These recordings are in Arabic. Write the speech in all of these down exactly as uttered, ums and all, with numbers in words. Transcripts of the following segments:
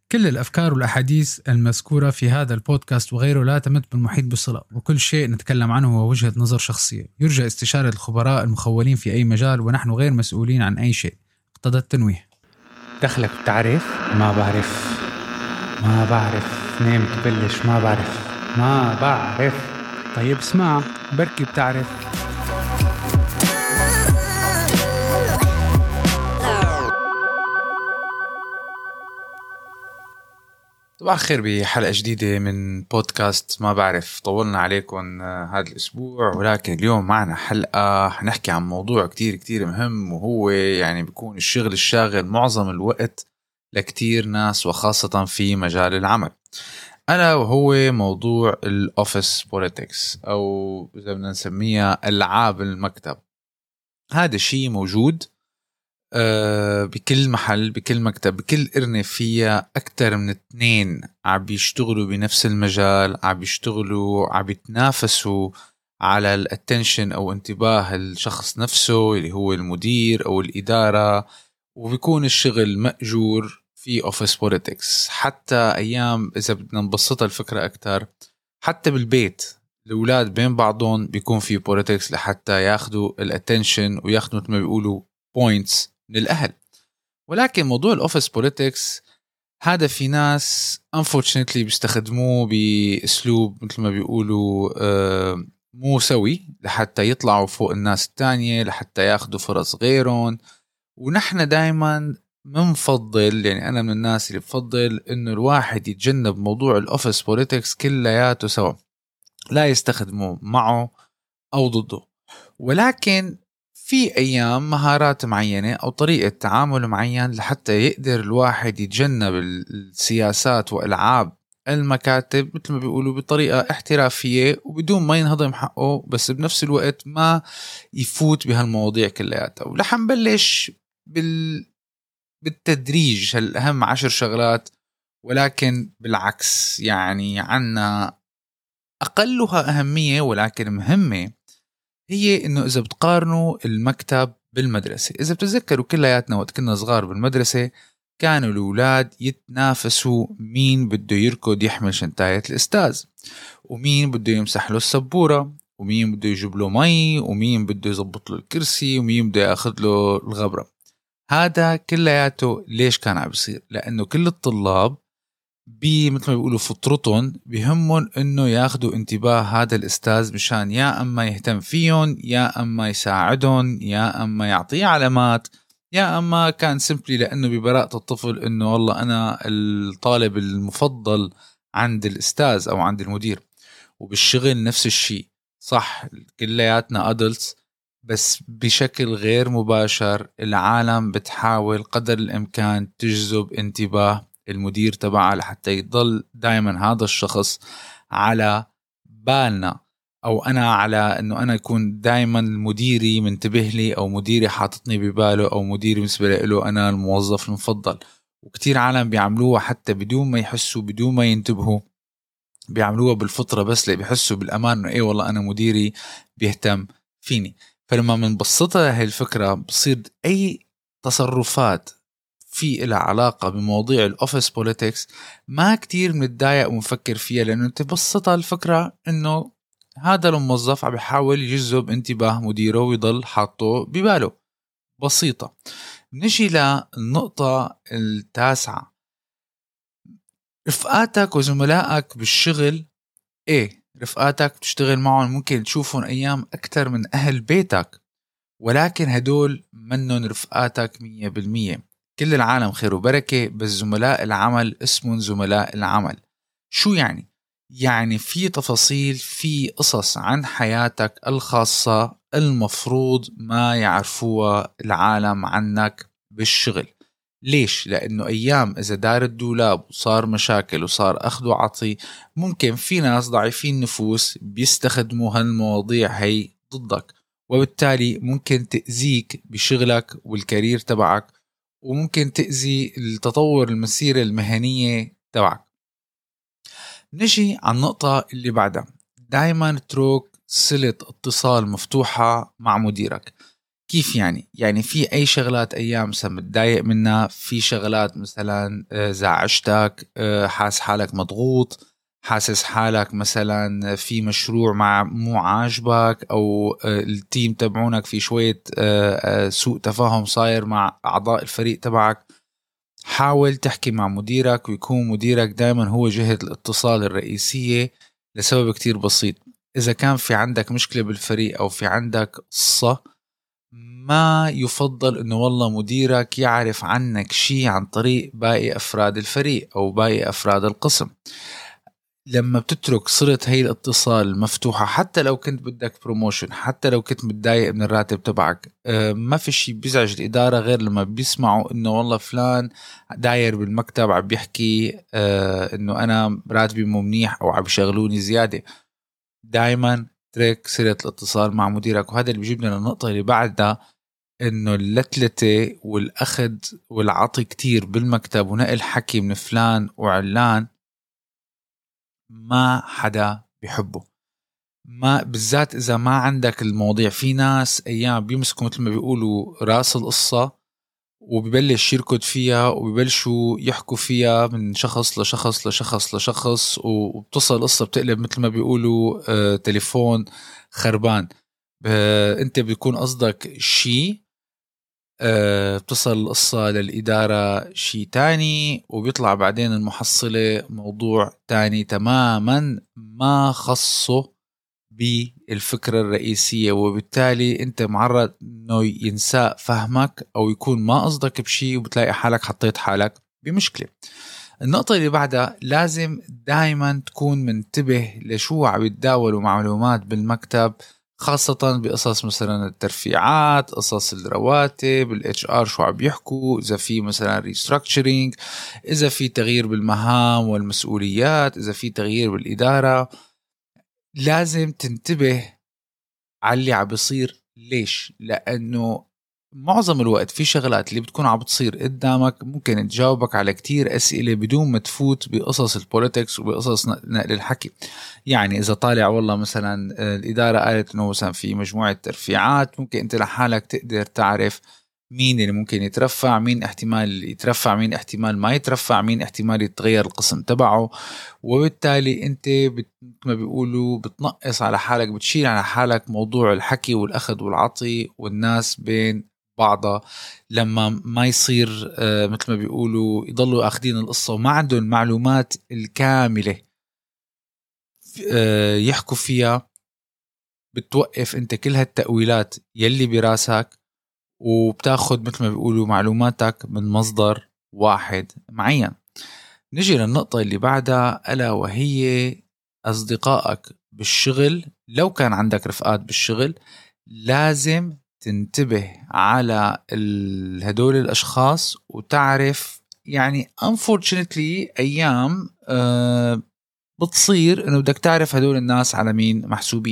كل الأفكار والأحاديث المذكورة في هذا البودكاست وغيره لا تمت بالمحيط بصلة، وكل شيء نتكلم عنه هو وجهة نظر شخصية يرجى استشارة الخبراء المخولين في أي مجال، ونحن غير مسؤولين عن أي شيء. اقتضى التنويه. دخلك بتعرف؟ ما بعرف ما بعرف نام تبلش ما بعرف ما بعرف طيب اسمع، بركي بتعرف. طبعا خير بحلقة جديدة من بودكاست ما بعرف. طولنا عليكم هذا الأسبوع، ولكن اليوم معنا حلقة حنحكي عن موضوع كتير كتير مهم، وهو يعني بيكون الشغل الشاغل معظم الوقت لكتير ناس، وخاصة في مجال العمل، ألا وهو موضوع الأوفيس بوليتكس، أو إذا بدنا نسميها ألعاب المكتب. هذا شيء موجود أه بكل محل، بكل مكتب، بكل قرنة فيها أكتر من اثنين عم بيشتغلوا بنفس المجال، عم بيشتغلوا عم بيتنافسوا على الاتنشن أو انتباه الشخص نفسه اللي هو المدير أو الإدارة، وبيكون الشغل مأجور في أوفيس بوليتكس. حتى أيام إذا بدنا نبسطها الفكرة أكتر، حتى بالبيت الأولاد بين بعضهم بيكون في بوليتكس لحتى ياخدوا الاتنشن وياخدوا مثل ما بيقولوا بوينتس من الأهل. ولكن موضوع الأوفيس بوليتكس هذا في ناس unfortunately بيستخدموه بأسلوب مثل ما بيقولوا آه مو سوي، لحتى يطلعوا فوق الناس التانية، لحتى ياخدوا فرص غيرهم. ونحن دايما منفضل، يعني أنا من الناس اللي بفضل إنه الواحد يتجنب موضوع الأوفيس بوليتكس كلياته سوا، لا يستخدموه معه أو ضده. ولكن في أيام مهارات معينة أو طريقة تعامل معين لحتى يقدر الواحد يتجنب السياسات وألعاب المكاتب مثل ما بيقولوا بطريقة احترافية وبدون ما ينهضم حقه، بس بنفس الوقت ما يفوت بهالمواضيع كلياتها. ولحن نبلش بال... بالتدريج هالأهم عشر شغلات، ولكن بالعكس يعني عنا أقلها أهمية ولكن مهمة، هي إنه إذا بتقارنوا المكتب بالمدرسة. إذا بتذكروا كلياتنا وقت كنا صغار بالمدرسة كانوا الأولاد يتنافسوا مين بده يركض يحمل شنطاية الأستاذ، ومين بده يمسح له السبورة، ومين بده يجيب له مي، ومين بده يضبط له الكرسي، ومين بده ياخذ له الغبرة. هذا كلياته ليش كان عم بيصير؟ لأنه كل الطلاب بي مثل ما بيقولوا فطرتهم بيهمهم انه ياخدوا انتباه هذا الاستاذ، مشان يا اما يهتم فيهم، يا اما يساعدهم، يا اما يعطيه علامات، يا اما كان سيمبلي لانه ببراءة الطفل انه والله انا الطالب المفضل عند الاستاذ او عند المدير. وبالشغل نفس الشيء، صح كلياتنا ادلتس، بس بشكل غير مباشر العالم بتحاول قدر الامكان تجذب انتباه المدير تبعها لحتى يضل دائما هذا الشخص على بالنا، او انا على انه انا يكون دائما مديري منتبه لي، او مديري حاططني بباله، او مديري بالنسبه له انا الموظف المفضل. وكتير عالم بيعملوها حتى بدون ما يحسوا، بدون ما ينتبهوا، بيعملوها بالفطره بس ليحسوا بالامان انه ايه والله انا مديري بيهتم فيني. فلما منبسطها هاي الفكره بصير اي تصرفات في إلها علاقة بمواضيع الأوفيس بوليتكس ما كتير متضايق ومفكر فيها، لأنه انت بسطها الفكرة إنه هذا الموظف عم يحاول يجذب انتباه مديره ويضل حاطه بباله. بسيطة. نجي للنقطة التاسعة، رفقاتك وزملائك بالشغل. ايه رفقاتك بتشتغل معهم ممكن تشوفهم أيام أكتر من أهل بيتك، ولكن هدول منن رفقاتك مية بالمية. كل العالم خير وبركة، بس زملاء العمل اسمهم زملاء العمل. شو يعني؟ يعني في تفاصيل، في قصص عن حياتك الخاصة المفروض ما يعرفوها العالم عنك بالشغل. ليش؟ لأنه أيام إذا دار الدولاب وصار مشاكل وصار أخذ وعطي، ممكن في ناس ضعيفين نفوس بيستخدموا هالمواضيع هي ضدك، وبالتالي ممكن تأذيك بشغلك والكارير تبعك، وممكن تأذي التطور المسيرة المهنية تبعك. نجي على النقطة اللي بعدها، دايما تروك صلة اتصال مفتوحة مع مديرك. كيف يعني؟ يعني في أي شغلات أيام مثلا متضايق منها، في شغلات مثلا زعجتك، حاس حالك مضغوط، حاسس حالك مثلا في مشروع مع مو عاجبك، أو التيم تبعونك في شوية سوء تفاهم صاير مع أعضاء الفريق تبعك. حاول تحكي مع مديرك، ويكون مديرك دائما هو جهة الاتصال الرئيسية لسبب كتير بسيط. إذا كان في عندك مشكلة بالفريق أو في عندك قصة، ما يفضل إنه والله مديرك يعرف عنك شيء عن طريق باقي أفراد الفريق أو باقي أفراد القسم. لما بتترك صلة هاي الاتصال مفتوحة، حتى لو كنت بدك بروموشن، حتى لو كنت متضايق من الراتب تبعك، ما في شيء بيزعج الإدارة غير لما بيسمعوا إنه والله فلان داير بالمكتب عم بيحكي إنه أنا راتبي مو منيح أو عم بيشغلوني زيادة. دايما ترك صلة الاتصال مع مديرك. وهذا اللي بيجيبنا للنقطة اللي بعدها، إنه اللتلتة والأخذ والعطي كتير بالمكتب ونقل حكي من فلان وعلان ما حدا بيحبه. ما بالذات إذا ما عندك المواضيع. في ناس أيام بيمسكوا مثل ما بيقولوا رأس القصة وبيبلش يركض فيها وبيبلشوا يحكوا فيها من شخص لشخص لشخص لشخص، وبتصل القصة بتقلب مثل ما بيقولوا آه تليفون خربان. آه انت بيكون قصدك شيء، آه بتصل القصة للإدارة شيء تاني، وبيطلع بعدين المحصلة موضوع تاني تماما ما خصه بالفكرة الرئيسية، وبالتالي انت معرض انه ينسى فهمك او يكون ما قصدك بشيء، وبتلاقي حالك حطيت حالك بمشكلة. النقطة اللي بعدها، لازم دايما تكون منتبه لشو عم يتداولوا معلومات بالمكتب، خاصة بقصص مثلا الترفيعات، قصص الرواتب، الاتش ار شو عم يحكوا، إذا في مثلا ريستراكتشرينج، إذا في تغيير بالمهام والمسؤوليات، إذا في تغيير بالإدارة. لازم تنتبه على اللي عم بيصير. ليش؟ لأنه معظم الوقت في شغلات اللي بتكون عم بتصير قدامك ممكن تجاوبك على كتير أسئلة بدون ما تفوت بقصص البوليتكس وبقصص نقل الحكي. يعني إذا طالع والله مثلا الإدارة قالت إنه مثلا في مجموعة ترفيعات، ممكن أنت لحالك تقدر تعرف مين اللي ممكن يترفع، مين احتمال يترفع، مين احتمال ما يترفع، مين احتمال يتغير القسم تبعه. وبالتالي انت بت... ما بيقولوا بتنقص على حالك، بتشيل على حالك موضوع الحكي والأخذ والعطي والناس بين بعضها، لما ما يصير آه مثل ما بيقولوا يضلوا أخذين القصة وما عندهم المعلومات الكاملة آه يحكوا فيها. بتوقف انت كل هالتأويلات يلي براسك، وبتاخد مثل ما بيقولوا معلوماتك من مصدر واحد معين. نجي للنقطة اللي بعدها، ألا وهي أصدقائك بالشغل. لو كان عندك رفقات بالشغل، لازم تنتبه على هدول الأشخاص وتعرف. يعني unfortunately أيام أه بتصير إنه بدك تعرف هدول الناس على مين محسوبين،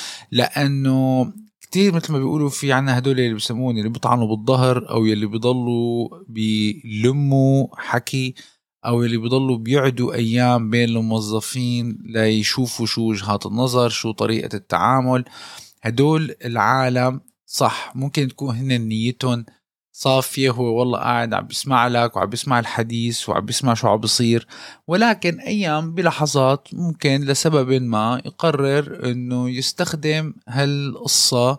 لأنه كتير مثل ما بيقولوا في عنا هدول اللي بيسمون اللي بيطعنوا بالظهر، أو اللي بيضلوا بيلموا حكي، أو اللي بيضلوا بيعدوا أيام بين الموظفين ليشوفوا شو وجهات النظر، شو طريقة التعامل. هدول العالم صح ممكن تكون هن نيتهم صافية، هو والله قاعد عم بيسمع لك وعم بيسمع الحديث وعم بيسمع شو عم بيصير، ولكن أيام بلحظات ممكن لسبب ما يقرر إنه يستخدم هالقصة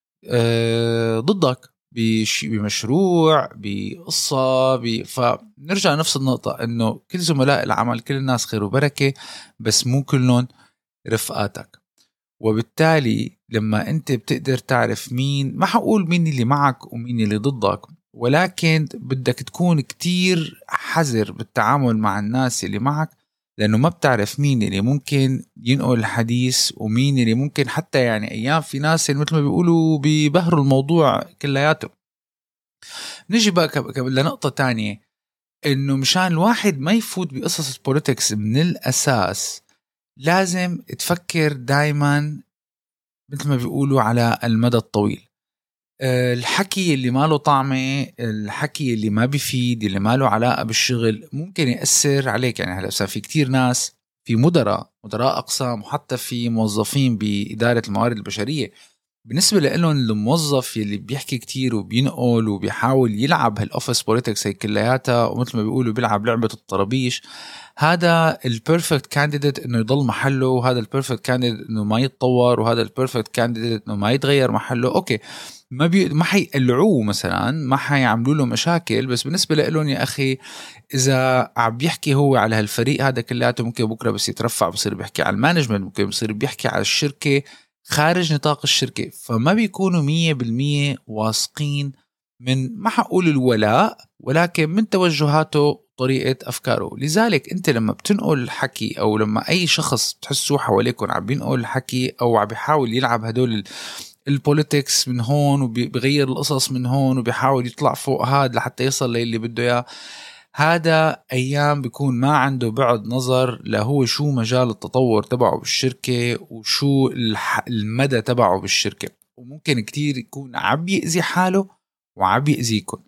آه ضدك بمشروع بقصة ب... فنرجع نفس النقطة، إنه كل زملاء العمل كل الناس خير وبركة، بس مو كلهم رفقاتك. وبالتالي لما أنت بتقدر تعرف مين، ما حقول مين اللي معك ومين اللي ضدك، ولكن بدك تكون كتير حذر بالتعامل مع الناس اللي معك، لأنه ما بتعرف مين اللي ممكن ينقل الحديث ومين اللي ممكن حتى يعني أيام في ناس اللي مثل ما بيقولوا بيبهروا الموضوع كلياته. نجي بقى لنقطة تانية، إنه مشان الواحد ما يفوت بقصص البوليتكس من الأساس، لازم تفكر دايما مثل ما بيقولوا على المدى الطويل. الحكي اللي ما له طعمه، الحكي اللي ما بيفيد، اللي ما له علاقة بالشغل، ممكن يأثر عليك. يعني هلأ في كتير ناس، في مدراء مدراء أقسام، وحتى في موظفين بإدارة الموارد البشرية بالنسبة لهم الموظف اللي بيحكي كتير وبينقل وبيحاول يلعب هالأوفيس بوليتكس هي كلياتها ومثل ما بيقولوا بيلعب لعبة الطرابيش، هذا البيرفكت كانديديت انه يضل محله، وهذا البيرفكت كانديديت انه ما يتطور، وهذا البيرفكت كانديديت انه ما يتغير محله. اوكي ما بي ما حيقلعوه مثلا، ما حيعملوا له مشاكل، بس بالنسبة لهم يا اخي اذا عم بيحكي هو على هالفريق هذا كلياته، ممكن بكره بس يترفع بصير بيحكي على المانجمنت، ممكن بصير بيحكي على الشركة خارج نطاق الشركة. فما بيكونوا مية بالمية واثقين من، ما حقول الولاء، ولكن من توجهاته طريقة أفكاره. لذلك أنت لما بتنقل الحكي، أو لما أي شخص تحسوه حواليكم عم بينقل الحكي أو عم بيحاول يلعب هدول البوليتكس من هون وبيغير القصص من هون وبيحاول يطلع فوق هاد لحتى يصل للي بده إياه، هذا أيام بيكون ما عنده بعد نظر لهو شو مجال التطور تبعه بالشركة وشو المدى تبعه بالشركة، وممكن كتير يكون عم يأذي حاله وعم يأذيكم.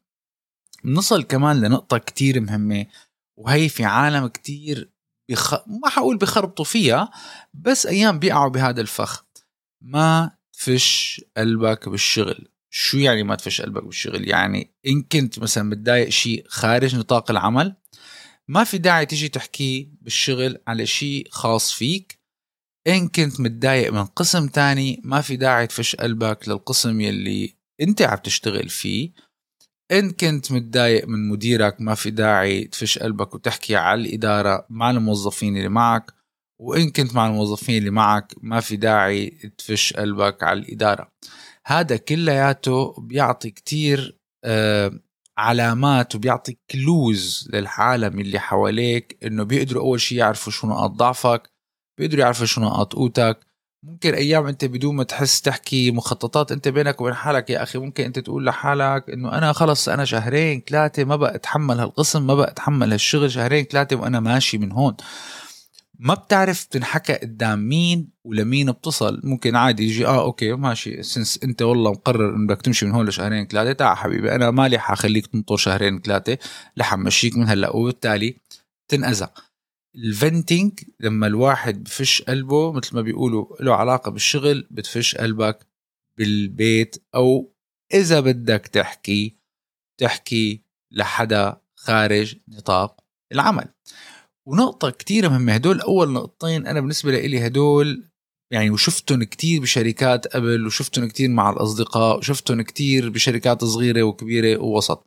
نصل كمان لنقطة كتير مهمة، وهي في عالم كتير بخ... ما حقول بخربطوا فيها، بس أيام بيقعوا بهذا الفخ. ما تفش قلبك بالشغل. شو يعني ما تفش قلبك بالشغل؟ يعني إن كنت مثلا متضايق شيء خارج نطاق العمل، ما في داعي تيجي تحكي بالشغل على شيء خاص فيك. إن كنت متضايق من قسم تاني، ما في داعي تفش قلبك للقسم يلي انت عم تشتغل فيه. إن كنت متضايق من مديرك، ما في داعي تفش قلبك وتحكي على الإدارة مع الموظفين اللي معك. وإن كنت مع الموظفين اللي معك، ما في داعي تفش قلبك على الإدارة. هذا كلياته بيعطي كتير آه علامات وبيعطي كلوز للعالم اللي حواليك، إنه بيقدروا أول شيء يعرفوا شو نقاط ضعفك، بيقدروا يعرفوا شو نقاط قوتك. ممكن أيام أنت بدون ما تحس تحكي مخططات أنت بينك وبين حالك. يا أخي ممكن أنت تقول لحالك إنه أنا خلص أنا شهرين ثلاثة ما بقى أتحمل هالقسم، ما بقى أتحمل هالشغل، شهرين ثلاثة وأنا ماشي من هون. ما بتعرف تنحكى قدام مين ولمين بتصل. ممكن عادي يجي آه أوكي ماشي، سنس أنت والله مقرر إنك تمشي من هون لشهرين ثلاثة، تعال حبيبي أنا مالي حخليك تنطر شهرين ثلاثة، لحمشيك من هلأ. وبالتالي تنأذى. الفنتينج لما الواحد بفش قلبه مثل ما بيقولوا له علاقة بالشغل، بتفش قلبك بالبيت، أو إذا بدك تحكي تحكي لحدا خارج نطاق العمل. ونقطة كتير مهمة، هدول أول نقطتين أنا بالنسبة لي هدول يعني، وشفتهم كتير بشركات قبل، وشفتهم كتير مع الأصدقاء، وشفتهم كتير بشركات صغيرة وكبيرة ووسط.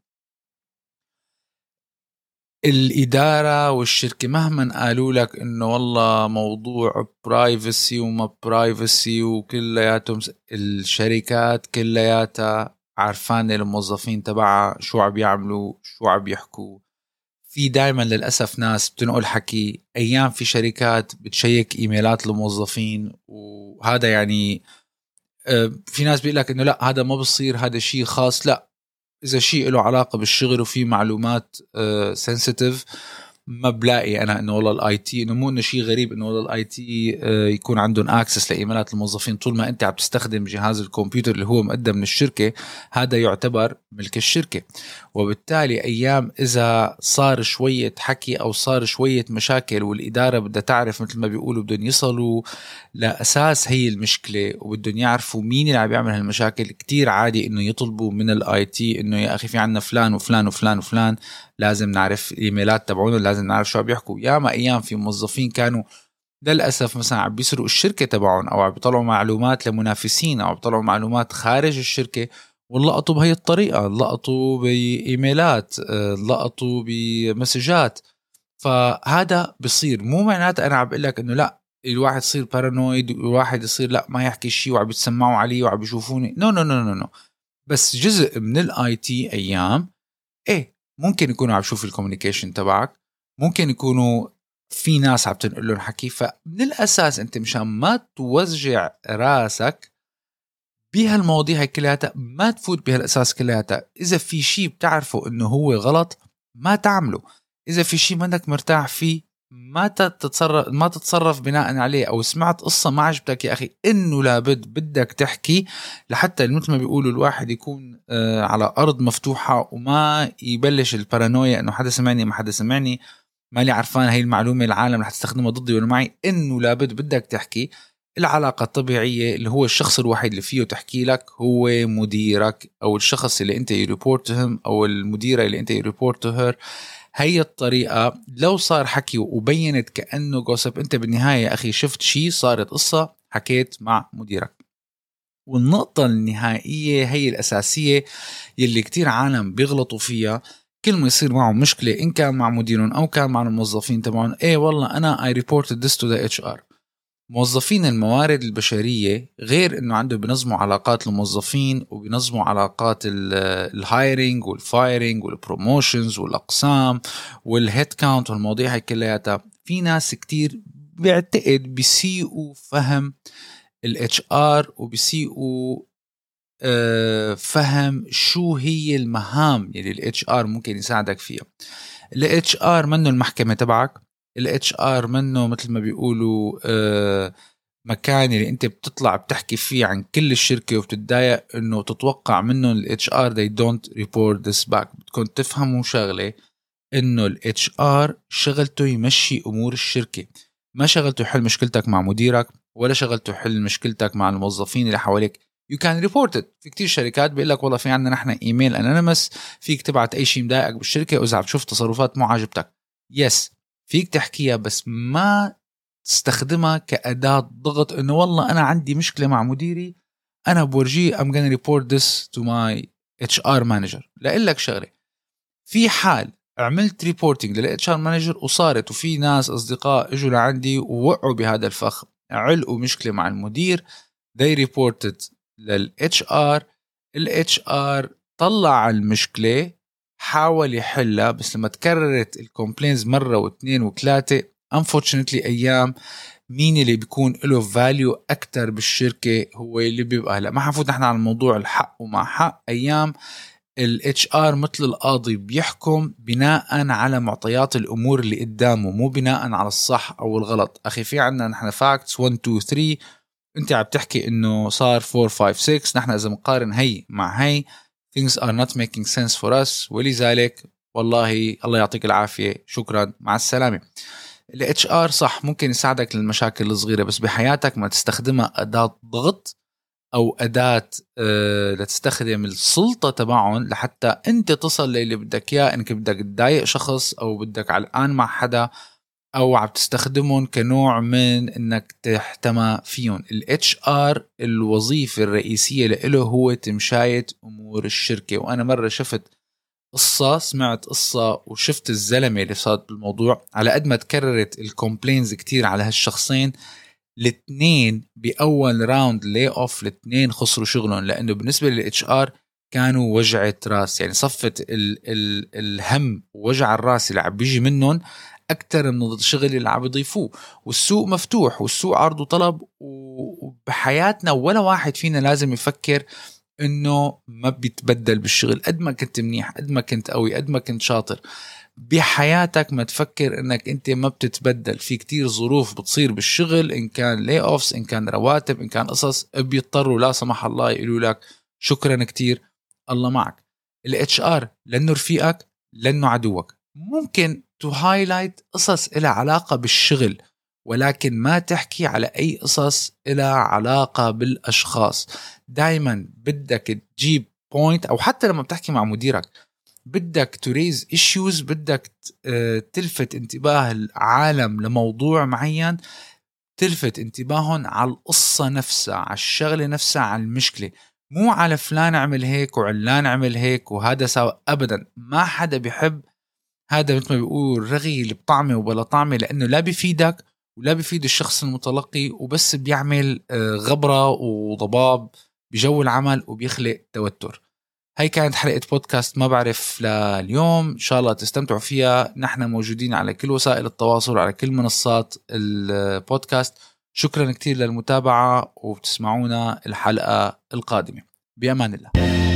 الإدارة والشركة مهما قالوا لك إنه والله موضوع برايفسي وما برايفسي وكلياتهم، الشركات كلياتها عارفان الموظفين تبعها شو عم يعملوا شو عم يحكوا. في دائما للأسف ناس بتنقل حكي. أيام في شركات بتشيك إيميلات الموظفين، وهذا يعني في ناس بيقول لك إنه لا هذا ما بصير، هذا شيء خاص. لا، إذا شيء له علاقة بالشغل وفي معلومات سنسيتيف، ما بلاقي أنا إنه والله الآي تي، إنه مو إنه شيء غريب إنه والله الآي تي يكون عندهم أكسس لإيميلات الموظفين. طول ما أنت عم تستخدم جهاز الكمبيوتر اللي هو مقدم من الشركة، هذا يعتبر ملك الشركة. وبالتالي أيام إذا صار شوية حكي أو صار شوية مشاكل، والإدارة بدها تعرف مثل ما بيقولوا بدهم يصلوا لأساس هي المشكلة، وبدهم يعرفوا مين اللي عم يعمل هالمشاكل، كتير عادي إنه يطلبوا من الآي تي إنه يا أخي في عنا فلان وفلان وفلان وفلان، لازم نعرف إيميلات تبعونه، لازم نعرف شو بيحكوا. ياما أيام في موظفين كانوا للأسف مثلا عم بيسرقوا الشركة تبعون، أو عم بيطلعوا معلومات لمنافسين، أو عم بيطلعوا معلومات خارج الشركة، ولقطوا بهي الطريقة، لقطوا بإيميلات، لقطوا بمسجات. فهذا بصير. مو معناته أنا عم بقول لك إنه لا الواحد يصير بارانويد، والواحد يصير لا ما يحكي شيء وعم بيتسمعوا عليه وعم بيشوفوني. نو نو نو نو نو بس جزء من الاي تي أيام إيه ممكن يكونوا عم يشوفوا الكوميونيكيشن تبعك، ممكن يكونوا في ناس عم تنقل لهم حكي. فمن الأساس أنت مشان ما توزع راسك بهالمواضيع هاي كلها، ما تفوت بهالأساس كلها. إذا في شيء بتعرفه إنه هو غلط ما تعمله. إذا في شيء منك مرتاح فيه ما تتصرف ما تتصرف بناء عليه. أو سمعت قصة ما عجبتك يا أخي، إنه لابد بدك تحكي، لحتى مثل ما بيقولوا الواحد يكون آه على أرض مفتوحة، وما يبلش البارانويا إنه حدا سمعني ما حدا سمعني، ما لي عرفان هاي المعلومة العالم رح تستخدمها ضدي ولا معي. إنه لابد بدك تحكي العلاقة الطبيعية اللي هو الشخص الوحيد اللي فيه تحكي لك هو مديرك أو الشخص اللي أنت يريبورتهم أو المديرة اللي أنت يريبورتها. هي الطريقة لو صار حكي وبينت كأنه جوسب، أنت بالنهاية أخي شفت شيء، صارت قصة، حكيت مع مديرك. والنقطة النهائية هي الأساسية يلي كتير عالم بيغلطوا فيها كل ما يصير معهم مشكلة، إن كان مع مديرهم أو كان مع الموظفين تبعهم، إيه والله أنا I reported this to the إتش آر. موظفين الموارد البشرية غير إنه عنده بنظموا علاقات الموظفين وبنظموا علاقات الهايرينج والفايرينج والبروموشنز والأقسام والهيد كاونت والمواضيع هاي كلها. في ناس كتير بيعتقد بيسيئوا فهم الاتش ار وبيسيئوا أه فهم شو هي المهام اللي الاتش ار ممكن يساعدك فيها. الاتش ار منه المحكمة تبعك، الاتش ار منه مثل ما بيقولوا أه مكان اللي انت بتطلع بتحكي فيه عن كل الشركة وبتتضايق انه تتوقع منه الاتش ار they don't report this back. بدكم تفهموا شغلة، انه الاتش ار شغلته يمشي امور الشركة، ما شغلته يحل مشكلتك مع مديرك ولا شغلته يحل مشكلتك مع الموظفين اللي حواليك. you can report it. في كتير شركات بيقول لك والله في عندنا نحن ايميل انونيمس، فيك تبعت اي شيء مضايقك بالشركة واذا بتشوف تصرفات مو عاجبتك يس فيك تحكيها، بس ما تستخدمها كأداة ضغط انه والله انا عندي مشكلة مع مديري انا بورجيه I'm gonna report this to my إتش آر manager. لأقول لك شغلة، في حال عملت ريبورتينج للإتش آر مانجر وصارت وفي ناس أصدقاء اجوا لعندي ووقعوا بهذا الفخ، علقوا مشكلة مع المدير، they reported للإتش آر، الإتش آر طلع المشكلة حاول يحلها، بس لما تكررت الكومبلينز مرة واثنين وثلاثة unfortunately أيام مين اللي بيكون له value أكتر بالشركة هو اللي بيبقى. هلا ما حنفوت نحن على الموضوع الحق وما حق، أيام ال إتش آر مثل القاضي بيحكم بناء على معطيات الأمور اللي قدامه، مو بناء على الصح أو الغلط. أخي في عنا نحن facts واحد اثنين ثلاثة، أنت عم تحكي إنه صار أربعة خمسة ستة، نحن إذا مقارن هي مع هي things are not making sense for us، ولذلك والله الله يعطيك العافية شكرا مع السلامة. ال إتش آر صح ممكن يساعدك للمشاكل الصغيرة، بس بحياتك ما تستخدمها أداة ضغط أو أداة أه لتستخدم السلطة تبعهم لحتى أنت تصل للي بدك إياه، إنك بدك تضايق شخص أو بدك علقان مع حدا، أو عم تستخدمهم كنوع من إنك تحتمى فيهم. ال إتش آر الوظيفة الرئيسية له هو تمشاية أمور الشركة. وأنا مرة شفت قصة، سمعت قصة وشفت الزلمة اللي صار بالموضوع، على قد ما تكررت الكومبلينز كتير على هالشخصين، الاثنين بأول راوند لي أوف الاثنين خسروا شغلهم، لأنه بالنسبة للإتش آر كانوا وجعة راس، يعني صفت ال ال الهم ووجع الراس اللي عم بيجي منهم أكتر من الشغل اللي عم يضيفوه. والسوق مفتوح والسوق عرض وطلب، وبحياتنا ولا واحد فينا لازم يفكر إنه ما بيتبدل بالشغل. قد ما كنت منيح، قد ما كنت قوي، قد ما كنت شاطر بحياتك، ما تفكر انك انت ما بتتبدل. في كتير ظروف بتصير بالشغل، ان كان لي اوفس، ان كان رواتب، ان كان قصص، بيضطروا لا سمح الله يقولوا لك شكرا كتير الله معك. الاتش ار لانه رفيقك لانه عدوك. ممكن تو هايلايت قصص إلها علاقة بالشغل، ولكن ما تحكي على اي قصص إلها علاقة بالاشخاص. دايما بدك تجيب بوينت، او حتى لما بتحكي مع مديرك بدك تريز issues، بدك تلفت انتباه العالم لموضوع معين، تلفت انتباههم على القصة نفسها، على الشغلة نفسها، على المشكلة، مو على فلان عمل هيك وعلان عمل هيك وهذا سوا. أبدا ما حدا بيحب هذا مثل ما بيقول رغي اللي بطعمه وبلا طعمه، لأنه لا بيفيدك ولا بيفيد الشخص المتلقي، وبس بيعمل غبرة وضباب بجو العمل وبيخلق توتر. هاي كانت حلقة بودكاست ما بعرف لليوم، إن شاء الله تستمتعوا فيها. نحن موجودين على كل وسائل التواصل، على كل منصات البودكاست. شكرا كتير للمتابعة، وبتسمعونا الحلقة القادمة. بأمان الله.